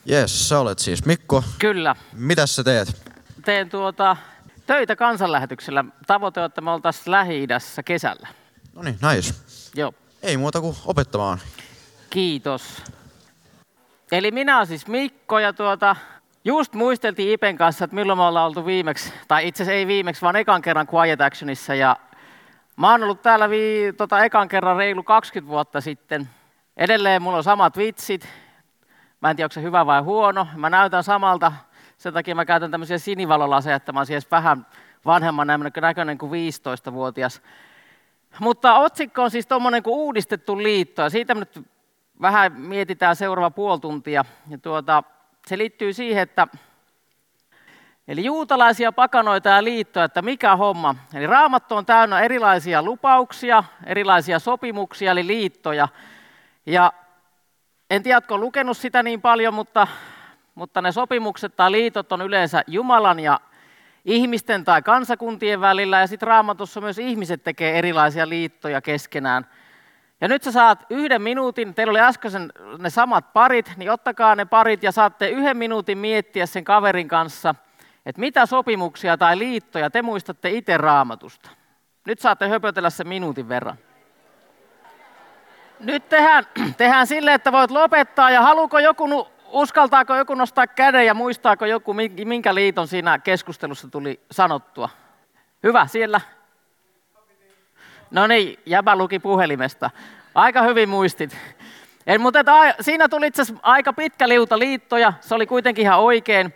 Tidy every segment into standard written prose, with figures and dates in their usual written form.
Jes, sä olet siis Mikko. Kyllä. Mitäs sä teet? Teen töitä kansanlähetyksellä. Tavoite on, että me oltaisiin Lähi-idässä kesällä. No niin, nice. Joo. Ei muuta kuin opettamaan. Kiitos. Eli minä olen siis Mikko ja just muisteltiin Ipen kanssa, että milloin me ollaan oltu viimeksi, tai itse asiassa ei viimeksi, vaan ekan kerran Quiet Actionissa. Ja mä oon ollut täällä ekan kerran reilu 20 vuotta sitten. Edelleen mulla on samat vitsit. Mä en tiedä, onko se hyvä vai huono. Mä näytän samalta. Sen takia mä käytän tämmöisiä sinivalolaseja, että mä oon siis vähän vanhemman näköinen kuin 15-vuotias. Mutta otsikko on siis tommonen kuin uudistettu liitto. Ja siitä me nyt vähän mietitään seuraava puoli tuntia. Ja se liittyy siihen, että eli juutalaisia pakanoita ja liittoja, että mikä homma. Eli Raamattu on täynnä erilaisia lupauksia, erilaisia sopimuksia, eli liittoja. Ja en tiedä, oletko lukenut sitä niin paljon, mutta ne sopimukset tai liitot on yleensä Jumalan ja ihmisten tai kansakuntien välillä. Ja sitten Raamatussa myös ihmiset tekee erilaisia liittoja keskenään. Ja nyt sä saat 1 minuutin, teillä oli äsken ne samat parit, niin ottakaa ne parit ja saatte 1 minuutin miettiä sen kaverin kanssa, että mitä sopimuksia tai liittoja te muistatte itse Raamatusta. Nyt saatte höpötellä sen minuutin verran. Nyt tehdään silleen, että voit lopettaa ja uskaltaako joku nostaa käden ja muistaako joku, minkä liiton siinä keskustelussa tuli sanottua. Hyvä, siellä. No niin, jäbä luki puhelimesta. Aika hyvin muistit. Mutta siinä tuli itse asiassa aika pitkä liuta liittoja, se oli kuitenkin ihan oikein.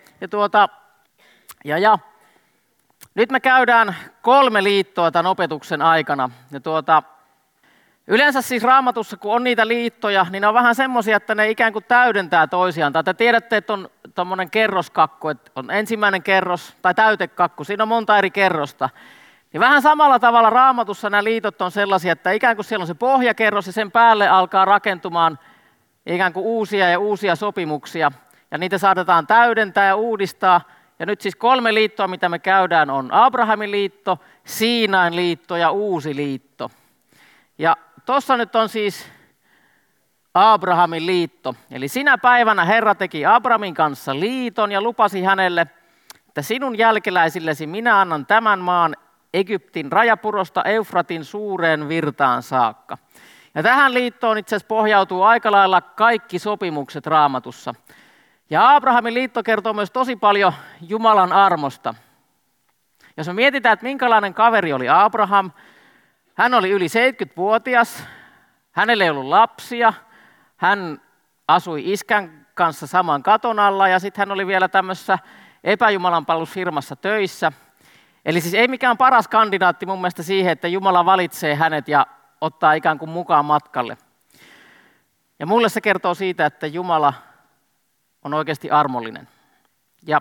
Ja nyt me käydään 3 liittoa tämän opetuksen aikana. Ja yleensä siis Raamatussa, kun on niitä liittoja, niin ne on vähän semmoisia, että ne ikään kuin täydentää toisiaan. Tai te tiedätte, että on tommoinen kerroskakku, että on ensimmäinen kerros tai täytekakku, siinä on monta eri kerrosta. Ja vähän samalla tavalla Raamatussa nämä liitot on sellaisia, että ikään kuin siellä on se pohjakerros ja sen päälle alkaa rakentumaan ikään kuin uusia ja uusia sopimuksia. Ja niitä saatetaan täydentää ja uudistaa. Ja nyt siis 3 liittoa, mitä me käydään, on Abrahamin liitto, Siinain liitto ja uusi liitto. Ja tuossa nyt on siis Abrahamin liitto. Eli sinä päivänä Herra teki Abrahamin kanssa liiton ja lupasi hänelle, että sinun jälkeläisillesi minä annan tämän maan Egyptin rajapurosta Eufratin suureen virtaan saakka. Ja tähän liittoon itse asiassa pohjautuu aika lailla kaikki sopimukset Raamatussa. Ja Abrahamin liitto kertoo myös tosi paljon Jumalan armosta. Jos me mietitään, että minkälainen kaveri oli Abraham, hän oli yli 70-vuotias, hänellä ei ollut lapsia, hän asui iskän kanssa saman katon alla ja sitten hän oli vielä tämmöisessä epäjumalanpalvelusfirmassa töissä. Eli siis ei mikään paras kandidaatti mun mielestä siihen, että Jumala valitsee hänet ja ottaa ikään kuin mukaan matkalle. Ja mulle se kertoo siitä, että Jumala on oikeasti armollinen. Ja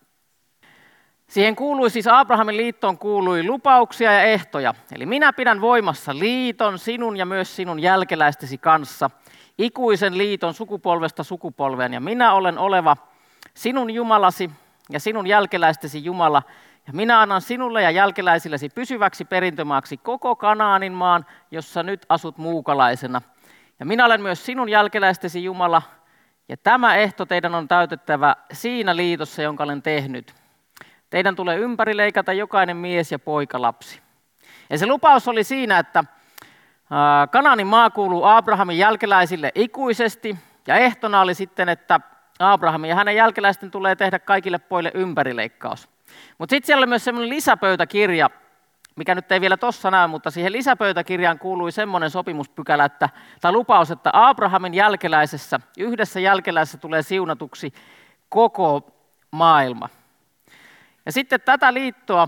siihen kuului siis Abrahamin liittoon kuului lupauksia ja ehtoja. Eli minä pidän voimassa liiton sinun ja myös sinun jälkeläistesi kanssa, ikuisen liiton sukupolvesta sukupolveen. Ja minä olen oleva sinun Jumalasi ja sinun jälkeläistesi Jumala. Ja minä annan sinulle ja jälkeläisillesi pysyväksi perintömaaksi koko Kanaanin maan, jossa nyt asut muukalaisena. Ja minä olen myös sinun jälkeläistesi Jumala. Ja tämä ehto teidän on täytettävä siinä liitossa, jonka olen tehnyt. Teidän tulee ympärileikata jokainen mies ja poikalapsi. Ja se lupaus oli siinä, että Kanaanin maa kuuluu Abrahamin jälkeläisille ikuisesti. Ja ehtona oli sitten, että Abrahamin ja hänen jälkeläisten tulee tehdä kaikille pojille ympärileikkaus. Mutta sitten siellä oli myös semmoinen lisäpöytäkirja, mikä nyt ei vielä tuossa näy, mutta siihen lisäpöytäkirjaan kuului semmoinen sopimuspykälä, tai lupaus, että Abrahamin yhdessä jälkeläisessä tulee siunatuksi koko maailma. Ja sitten tätä liittoa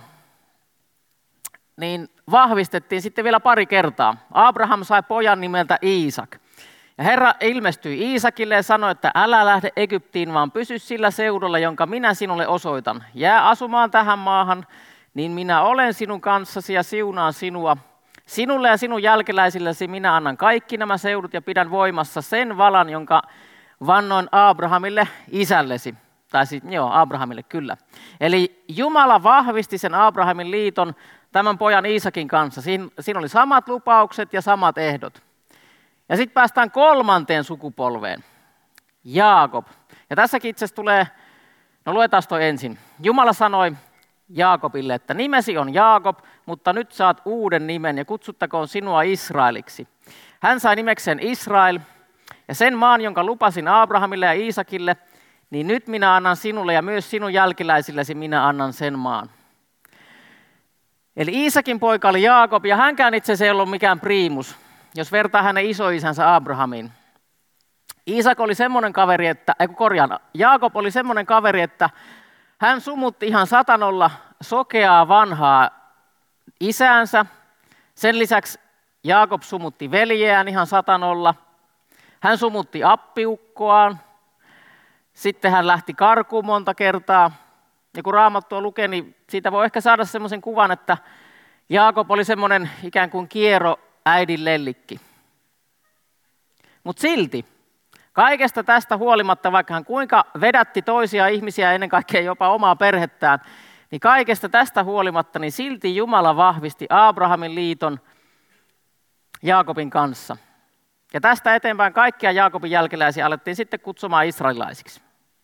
niin vahvistettiin sitten vielä 2 kertaa. Abraham sai pojan nimeltä Iisak. Ja Herra ilmestyi Iisakille ja sanoi, että älä lähde Egyptiin, vaan pysy sillä seudulla, jonka minä sinulle osoitan. Jää asumaan tähän maahan, niin minä olen sinun kanssasi ja siunaan sinua. Sinulle ja sinun jälkeläisillesi minä annan kaikki nämä seudut ja pidän voimassa sen valan, jonka vannoin Abrahamille isällesi. Tai siis, Abrahamille kyllä. Eli Jumala vahvisti sen Abrahamin liiton tämän pojan Iisakin kanssa. Siinä oli samat lupaukset ja samat ehdot. Ja sitten päästään 3. sukupolveen. Jaakob. Ja tässäkin itse asiassa tulee, no luetaan toi ensin. Jumala sanoi Jaakobille, että nimesi on Jaakob, mutta nyt saat uuden nimen ja kutsuttakoon sinua Israeliksi. Hän sai nimekseen Israel ja sen maan, jonka lupasin Abrahamille ja Iisakille, niin nyt minä annan sinulle ja myös sinun jälkeläisillesi minä annan sen maan. Eli Iisakin poika oli Jaakob ja hänkään itse asiassa ei ollut mikään priimus, jos vertaa hänen isoisänsä Abrahamiin. Iisak oli semmoinen kaveri, Jaakob oli semmoinen kaveri, että hän sumutti ihan satanolla sokeaa vanhaa isäänsä. Sen lisäksi Jaakob sumutti veljeään ihan satanolla. Hän sumutti appiukkoaan. Sitten hän lähti karkuun monta kertaa. Ja kun Raamattua lukee, niin siitä voi ehkä saada semmoisen kuvan, että Jaakob oli semmoinen ikään kuin kiero äidin lellikki. Mutta silti, kaikesta tästä huolimatta, vaikka hän kuinka vedätti toisia ihmisiä, ennen kaikkea jopa omaa perhettään, niin kaikesta tästä huolimatta, niin silti Jumala vahvisti Abrahamin liiton Jaakobin kanssa. Ja tästä eteenpäin kaikkia Jaakobin jälkeläisiä alettiin sitten kutsumaan israelilaisiksi.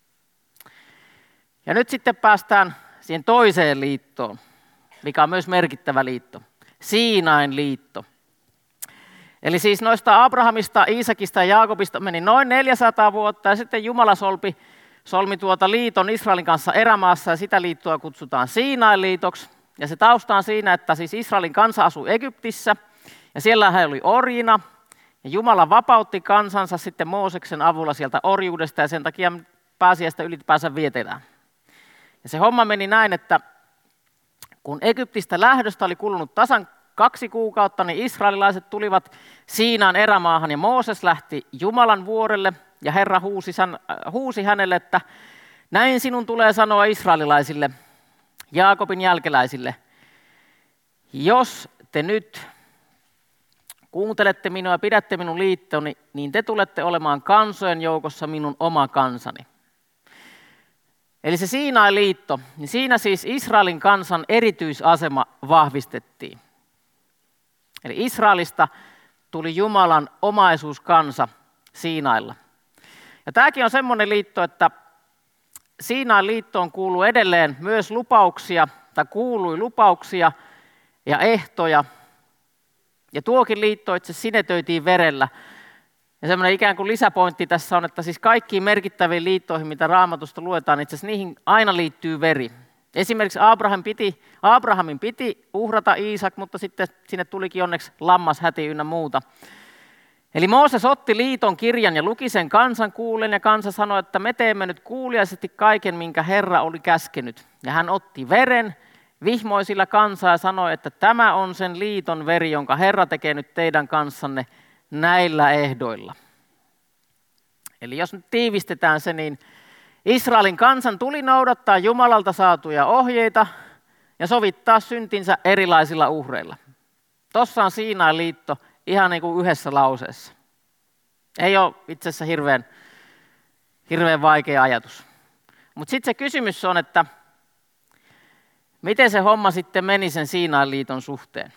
Ja nyt sitten päästään siihen toiseen liittoon, mikä on myös merkittävä liitto, Siinain liitto. Eli siis noista Abrahamista, Iisakista ja Jaakobista meni noin 400 vuotta ja sitten Jumala solmi liiton Israelin kanssa erämaassa ja sitä liittoa kutsutaan Siinain liitoksi. Ja se tausta on siinä, että siis Israelin kansa asui Egyptissä ja siellä hän oli orjina. Ja Jumala vapautti kansansa sitten Mooseksen avulla sieltä orjuudesta ja sen takia pääsiäistä ylipäänsä vietetään. Ja se homma meni näin, että kun Egyptistä lähdöstä oli kulunut tasan 2 kuukautta, niin israelilaiset tulivat Siinaan erämaahan ja Mooses lähti Jumalan vuorelle ja Herra huusi hänelle, että näin sinun tulee sanoa israelilaisille, Jaakobin jälkeläisille, jos te nyt kuuntelette minua ja pidätte minun liittoni, niin te tulette olemaan kansojen joukossa minun oma kansani. Eli se Siinain liitto, niin siinä siis Israelin kansan erityisasema vahvistettiin. Eli Israelista tuli Jumalan omaisuuskansa Siinailla. Ja tämäkin on semmoinen liitto, että Siinain liittoon kuului edelleen myös kuului lupauksia ja ehtoja. Ja tuokin liitto itse sinetöitiin verellä. Ja semmoinen ikään kuin lisäpointti tässä on, että siis kaikkiin merkittäviin liittoihin, mitä Raamatusta luetaan, itse asiassa niihin aina liittyy veri. Esimerkiksi Abrahamin piti uhrata Iisak, mutta sitten sinne tulikin onneksi lammas, ynnä muuta. Eli Mooses otti liiton kirjan ja luki sen kansan kuullen, ja kansa sanoi, että me teemme nyt kuuliaisesti kaiken, minkä Herra oli käskenyt. Ja hän otti veren, vihmoi sillä kansaa ja sanoi, että tämä on sen liiton veri, jonka Herra tekee nyt teidän kanssanne näillä ehdoilla. Eli jos nyt tiivistetään se, niin Israelin kansan tuli noudattaa Jumalalta saatuja ohjeita ja sovittaa syntinsä erilaisilla uhreilla. Tuossa on Siinain liitto ihan niin kuin yhdessä lauseessa. Ei ole itse asiassa hirveän vaikea ajatus. Mutta sitten se kysymys on, että miten se homma sitten meni sen Siinain liiton suhteen?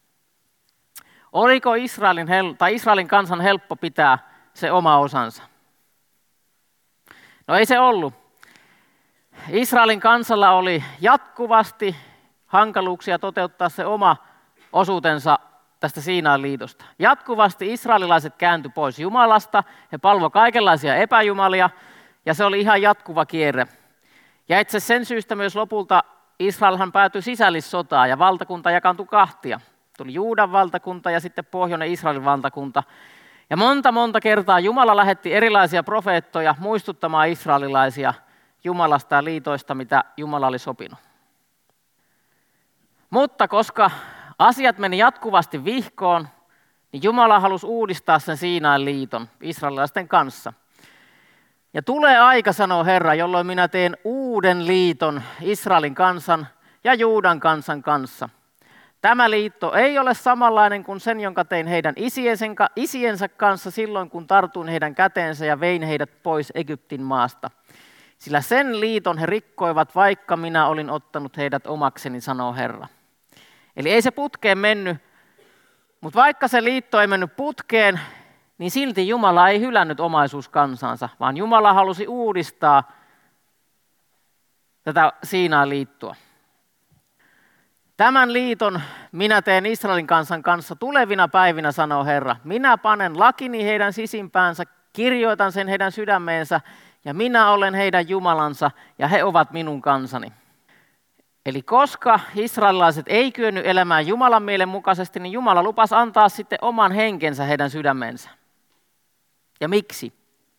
Oliko Israelin kansan helppo pitää se oma osansa? No ei se ollut. Israelin kansalla oli jatkuvasti hankaluuksia toteuttaa se oma osuutensa tästä Siinain liitosta. Jatkuvasti israelilaiset kääntyi pois Jumalasta, he palvoi kaikenlaisia epäjumalia ja se oli ihan jatkuva kierre. Ja itse sen syystä myös lopulta Israelhan päätyi sisällissotaan ja valtakunta jakaantui 2. Tuli Juudan valtakunta ja sitten pohjoinen Israelin valtakunta. Ja monta kertaa Jumala lähetti erilaisia profeettoja muistuttamaan israelilaisia Jumalasta ja liitoista, mitä Jumala oli sopinut. Mutta koska asiat meni jatkuvasti vihkoon, niin Jumala halusi uudistaa sen Siinain liiton israelilaisten kanssa. Ja tulee aika, sanoo Herra, jolloin minä teen uuden liiton Israelin kansan ja Juudan kansan kanssa. Tämä liitto ei ole samanlainen kuin sen, jonka tein heidän isiensä kanssa silloin, kun tartuin heidän käteensä ja vein heidät pois Egyptin maasta. Sillä sen liiton he rikkoivat, vaikka minä olin ottanut heidät omakseni, sanoo Herra. Eli ei se putkeen mennyt, mutta vaikka se liitto ei mennyt putkeen, niin silti Jumala ei hylännyt omaisuuskansansa, vaan Jumala halusi uudistaa tätä Siinain liittoa. Tämän liiton minä teen Israelin kansan kanssa tulevina päivinä, sanoo Herra. Minä panen lakini heidän sisimpäänsä, kirjoitan sen heidän sydämeensä, ja minä olen heidän Jumalansa, ja he ovat minun kansani. Eli koska israelilaiset ei kyennyt elämään Jumalan mielen mukaisesti, niin Jumala lupasi antaa sitten oman henkensä heidän sydämensä. Ja miksi?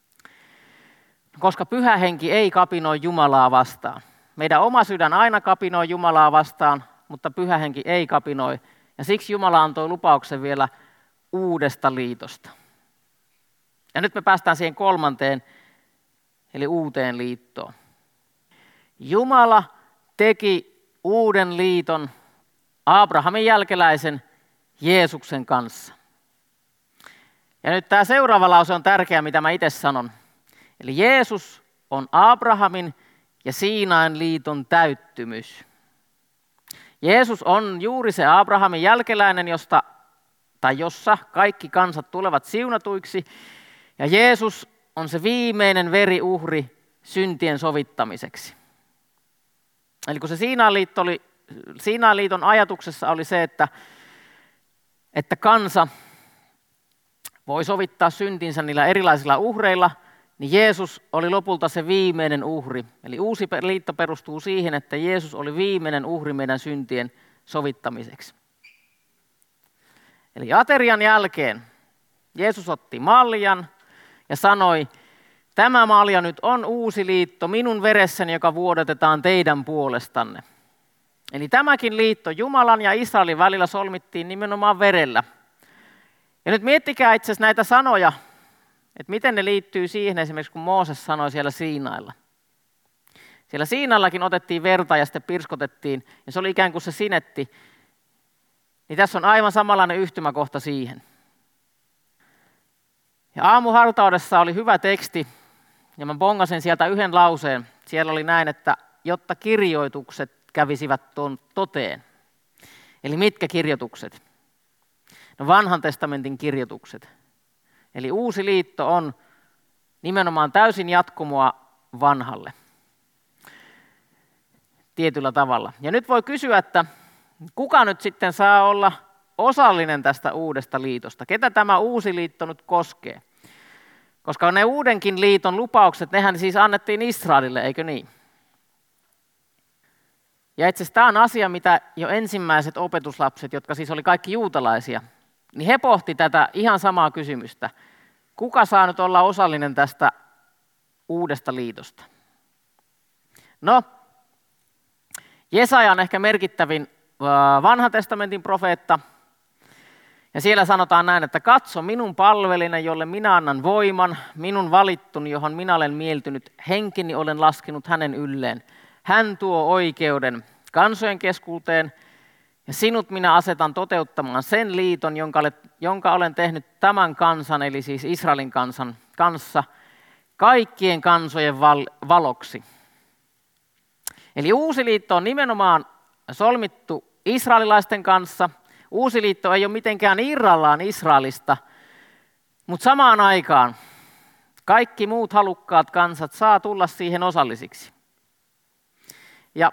Koska pyhä henki ei kapinoi Jumalaa vastaan. Meidän oma sydän aina kapinoi Jumalaa vastaan, mutta pyhä henki ei kapinoi. Ja siksi Jumala antoi lupauksen vielä uudesta liitosta. Ja nyt me päästään siihen kolmanteen, eli uuteen liittoon. Jumala teki uuden liiton Abrahamin jälkeläisen Jeesuksen kanssa. Ja nyt tämä seuraava lause on tärkeä, mitä mä itse sanon. Eli Jeesus on Abrahamin ja Siinain liiton täyttymys. Jeesus on juuri se Abrahamin jälkeläinen, jossa kaikki kansat tulevat siunatuiksi. Ja Jeesus on se viimeinen veriuhri syntien sovittamiseksi. Eli kun se Siinain liiton ajatuksessa oli se, että kansa voi sovittaa syntinsä niillä erilaisilla uhreilla, niin Jeesus oli lopulta se viimeinen uhri. Eli uusi liitto perustuu siihen, että Jeesus oli viimeinen uhri meidän syntien sovittamiseksi. Eli aterian jälkeen Jeesus otti maljan ja sanoi, tämä malja nyt on uusi liitto minun veressäni, joka vuodatetaan teidän puolestanne. Eli tämäkin liitto Jumalan ja Israelin välillä solmittiin nimenomaan verellä. Ja nyt miettikää itse asiassa näitä sanoja, että miten ne liittyy siihen esimerkiksi, kun Mooses sanoi siellä Siinailla. Siellä Siinaillakin otettiin verta ja sitten pirskotettiin, ja se oli ikään kuin se sinetti. Niin tässä on aivan samanlainen yhtymäkohta siihen. Ja aamuhartaudessa oli hyvä teksti, ja mä bongasin sieltä yhden lauseen. Siellä oli näin, että jotta kirjoitukset kävisivät toteen. Eli mitkä kirjoitukset? No vanhan testamentin kirjoitukset. Eli uusi liitto on nimenomaan täysin jatkumoa vanhalle. Tietyllä tavalla. Ja nyt voi kysyä, että kuka nyt sitten saa olla osallinen tästä uudesta liitosta? Ketä tämä uusi liitto nyt koskee? Koska ne uudenkin liiton lupaukset, nehän siis annettiin Israelille, eikö niin? Ja itse asiassa tämä on asia, mitä jo ensimmäiset opetuslapset, jotka siis oli kaikki juutalaisia, niin he pohti tätä ihan samaa kysymystä. Kuka saa nyt olla osallinen tästä uudesta liitosta? No, Jesaja on ehkä merkittävin vanhan testamentin profeetta. Ja siellä sanotaan näin, että katso minun palvelinen, jolle minä annan voiman, minun valittuni, johon minä olen mieltynyt, henkini olen laskenut hänen ylleen. Hän tuo oikeuden kansojen keskuuteen, ja sinut minä asetan toteuttamaan sen liiton, jonka olen tehnyt tämän kansan, eli siis Israelin kansan kanssa, kaikkien kansojen valoksi. Eli uusi liitto on nimenomaan solmittu israelilaisten kanssa. Uusi liitto ei ole mitenkään irrallaan Israelista, mutta samaan aikaan kaikki muut halukkaat kansat saa tulla siihen osallisiksi. Ja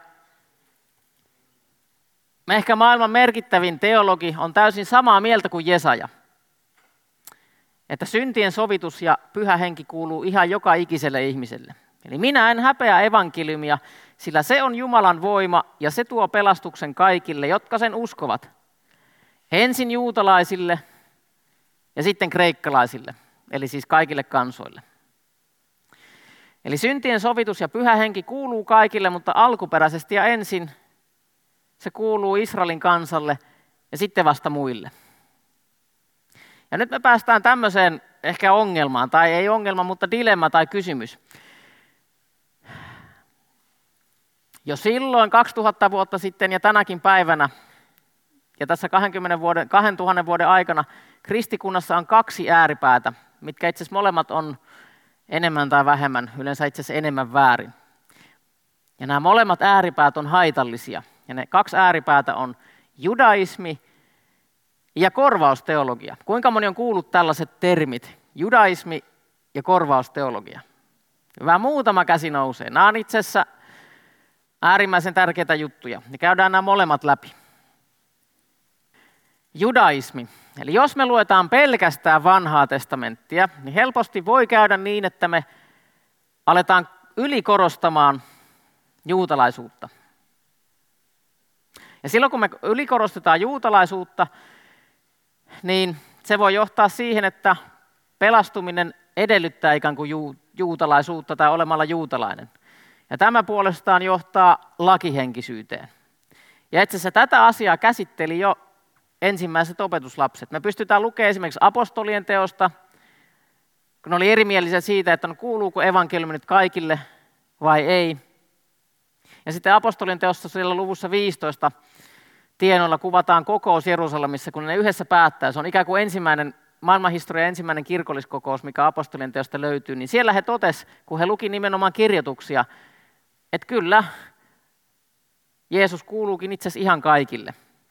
ehkä maailman merkittävin teologi on täysin samaa mieltä kuin Jesaja, että syntien sovitus ja pyhä henki kuuluu ihan joka ikiselle ihmiselle. Eli minä en häpeä evankeliumia, sillä se on Jumalan voima ja se tuo pelastuksen kaikille, jotka sen uskovat. Ensin juutalaisille ja sitten kreikkalaisille, eli siis kaikille kansoille. Eli syntien sovitus ja pyhä henki kuuluu kaikille, mutta alkuperäisesti ja ensin se kuuluu Israelin kansalle ja sitten vasta muille. Ja nyt me päästään tämmöiseen ehkä ongelmaan, tai ei ongelma, mutta dilemma tai kysymys. Jo silloin 2000 vuotta sitten ja tänäkin päivänä ja tässä 2000 vuoden aikana kristikunnassa on kaksi ääripäätä, mitkä itse asiassa molemmat on enemmän tai vähemmän, yleensä itse asiassa enemmän väärin. Ja nämä molemmat ääripäät on haitallisia. Ja ne kaksi ääripäätä on judaismi ja korvausteologia. Kuinka moni on kuullut tällaiset termit? Judaismi ja korvausteologia. Hyvä, muutama käsi nousee. Nämä on itse asiassa äärimmäisen tärkeitä juttuja. Ja käydään nämä molemmat läpi. Judaismi. Eli jos me luetaan pelkästään vanhaa testamenttia, niin helposti voi käydä niin, että me aletaan ylikorostamaan juutalaisuutta. Ja silloin kun me ylikorostetaan juutalaisuutta, niin se voi johtaa siihen, että pelastuminen edellyttää ikään kuin juutalaisuutta tai olemalla juutalainen. Ja tämä puolestaan johtaa lakihenkisyyteen. Ja itse asiassa tätä asiaa käsitteli jo ensimmäiset opetuslapset. Me pystytään lukemaan esimerkiksi apostolien teosta, kun ne oli erimielisiä siitä, että no kuuluuko evankeliumi nyt kaikille vai ei. Ja sitten apostolien teossa siellä luvussa 15 tienoilla kuvataan kokous Jerusalemissa, kun ne yhdessä päättää. Se on ikään kuin maailmanhistorian ensimmäinen kirkolliskokous, mikä apostolien teosta löytyy. Niin siellä he totesivat, kun he luki nimenomaan kirjoituksia, että kyllä, Jeesus kuuluukin itse asiassa ihan kaikille.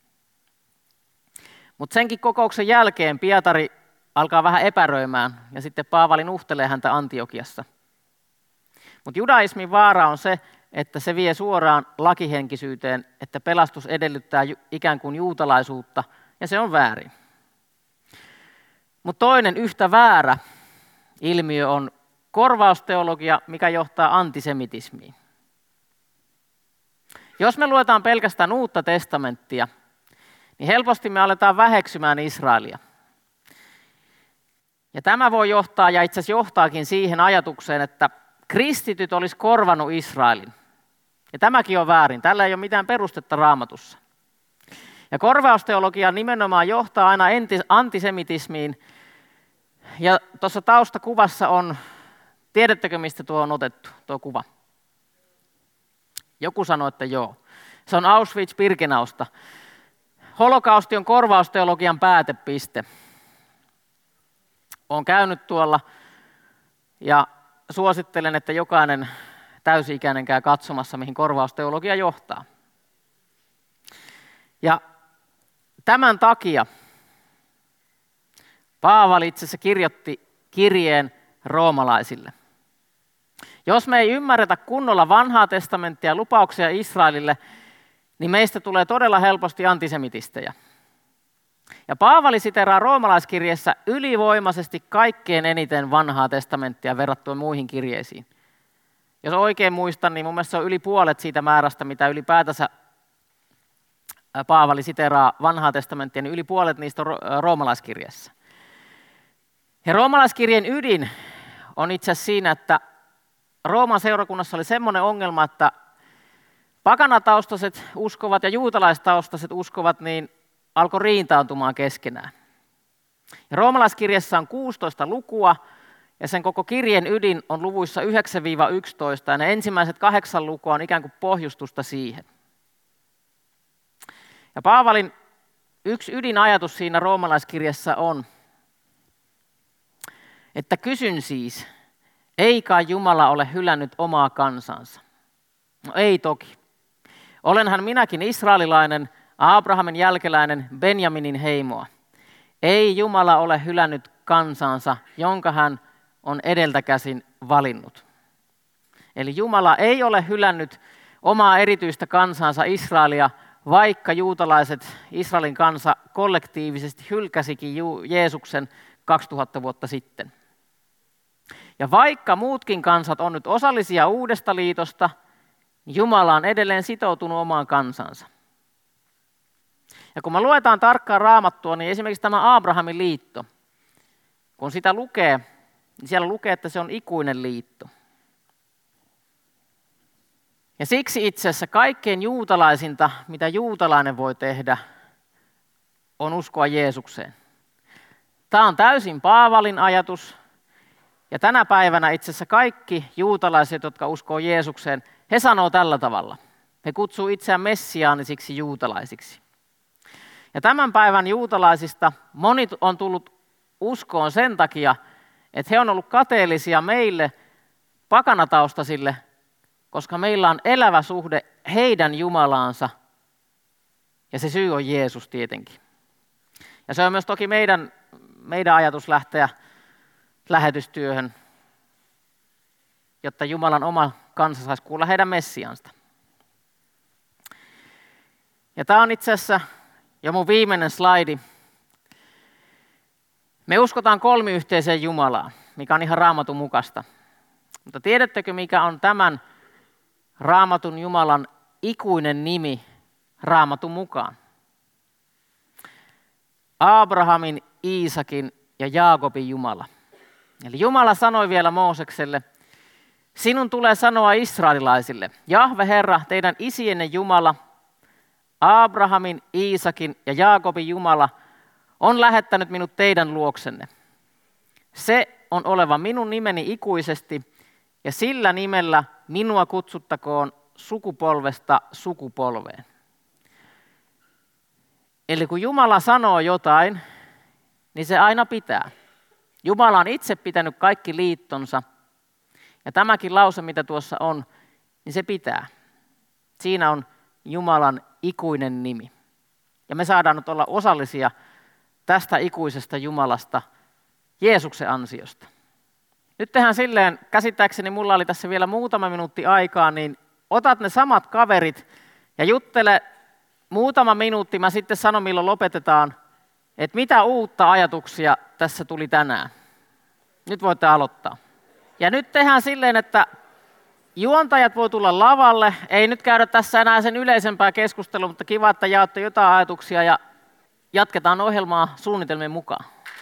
Mutta senkin kokouksen jälkeen Pietari alkaa vähän epäröimään ja sitten Paavali nuhtelee häntä Antiokiassa. Mutta judaismin vaara on se, että se vie suoraan lakihenkisyyteen, että pelastus edellyttää ikään kuin juutalaisuutta, ja se on väärin. Mutta toinen yhtä väärä ilmiö on korvausteologia, mikä johtaa antisemitismiin. Jos me luetaan pelkästään Uutta testamenttia, niin helposti me aletaan väheksymään Israelia. Ja tämä voi johtaa, ja itse asiassa johtaakin siihen ajatukseen, että kristityt olisi korvannut Israelin. Ja tämäkin on väärin. Tällä ei ole mitään perustetta Raamatussa. Ja korvausteologia nimenomaan johtaa aina antisemitismiin. Ja tuossa taustakuvassa on, tiedättekö mistä tuo on otettu, tuo kuva? Joku sanoi, että joo. Se on Auschwitz-Birkenausta. Holokausti on korvausteologian päätepiste. Olen käynyt tuolla ja suosittelen, että jokainen täysi-ikäinen käy katsomassa, mihin korvausteologia johtaa. Ja tämän takia Paavali itse asiassa kirjoitti kirjeen roomalaisille. Jos me ei ymmärretä kunnolla vanhaa testamenttia ja lupauksia Israelille, niin meistä tulee todella helposti antisemitistejä. Ja Paavali siteraa roomalaiskirjeessä ylivoimaisesti kaikkein eniten vanhaa testamenttia verrattuna muihin kirjeisiin. Jos oikein muistan, niin mun mielestä se on yli puolet siitä määrästä, mitä ylipäätänsä Paavali siteraa vanhaa testamenttia, niin yli puolet niistä on roomalaiskirjeessä. Ja roomalaiskirjeen ydin on itse asiassa siinä, että Rooman seurakunnassa oli semmoinen ongelma, että pakanataustaiset uskovat ja juutalaistaustaiset uskovat niin alkoi riitaantumaan keskenään. Ja roomalaiskirjassa on 16 lukua ja sen koko kirjeen ydin on luvuissa 9-11 ja ne ensimmäiset 8 lukua on ikään kuin pohjustusta siihen. Ja Paavalin yksi ydinajatus siinä roomalaiskirjassa on, että kysyn siis, ei kai Jumala ole hylännyt omaa kansansa? No ei toki. Olenhan minäkin israelilainen, Abrahamin jälkeläinen, Benjaminin heimoa. Ei Jumala ole hylännyt kansansa, jonka hän on edeltäkäsin valinnut. Eli Jumala ei ole hylännyt omaa erityistä kansansa Israelia, vaikka juutalaiset Israelin kansa kollektiivisesti hylkäsikin Jeesuksen 2000 vuotta sitten. Ja vaikka muutkin kansat on nyt osallisia uudesta liitosta, Jumala on edelleen sitoutunut omaan kansansa. Ja kun me luetaan tarkkaan Raamattua, niin esimerkiksi tämä Abrahamin liitto, kun sitä lukee, niin siellä lukee, että se on ikuinen liitto. Ja siksi itse asiassa kaikkein juutalaisinta, mitä juutalainen voi tehdä, on uskoa Jeesukseen. Tämä on täysin Paavalin ajatus. Ja tänä päivänä itse asiassa kaikki juutalaiset, jotka uskoo Jeesukseen, he sanoo tällä tavalla. He kutsuu itseään messiaanisiksi juutalaisiksi. Ja tämän päivän juutalaisista moni on tullut uskoon sen takia, että he on ollut kateellisia meille pakanataustaisille, koska meillä on elävä suhde heidän Jumalaansa, ja se syy on Jeesus tietenkin. Ja se on myös toki meidän ajatus lähteä lähetystyöhön, jotta Jumalan oma kansa saisi kuulla heidän Messiansta. Ja tämä on itse asiassa jo mun viimeinen slaidi. Me uskotaan kolmiyhteiseen Jumalaan, mikä on ihan Raamatun mukaista. Mutta tiedättekö, mikä on tämän Raamatun Jumalan ikuinen nimi Raamatun mukaan? Abrahamin, Iisakin ja Jaakobin Jumala. Eli Jumala sanoi vielä Moosekselle, sinun tulee sanoa israelilaisille, Jahve Herra, teidän isienne Jumala, Abrahamin, Iisakin ja Jaakobin Jumala on lähettänyt minut teidän luoksenne. Se on oleva minun nimeni ikuisesti ja sillä nimellä minua kutsuttakoon sukupolvesta sukupolveen. Eli kun Jumala sanoo jotain, niin se aina pitää. Jumala on itse pitänyt kaikki liittonsa ja tämäkin lause, mitä tuossa on, niin se pitää. Siinä on Jumalan ikuinen nimi. Ja me saadaan nyt olla osallisia tästä ikuisesta Jumalasta Jeesuksen ansiosta. Nyt tehdään silleen, käsittääkseni mulla oli tässä vielä muutama minuutti aikaa, niin otat ne samat kaverit ja juttele muutama minuutti, mä sitten sanon milloin lopetetaan, että mitä uutta ajatuksia tässä tuli tänään. Nyt voitte aloittaa. Ja nyt tehdään silleen, että juontajat voi tulla lavalle, ei nyt käydä tässä enää sen yleisempää keskustelua, mutta kiva, että jaatte jotain ajatuksia ja jatketaan ohjelmaa suunnitelmien mukaan.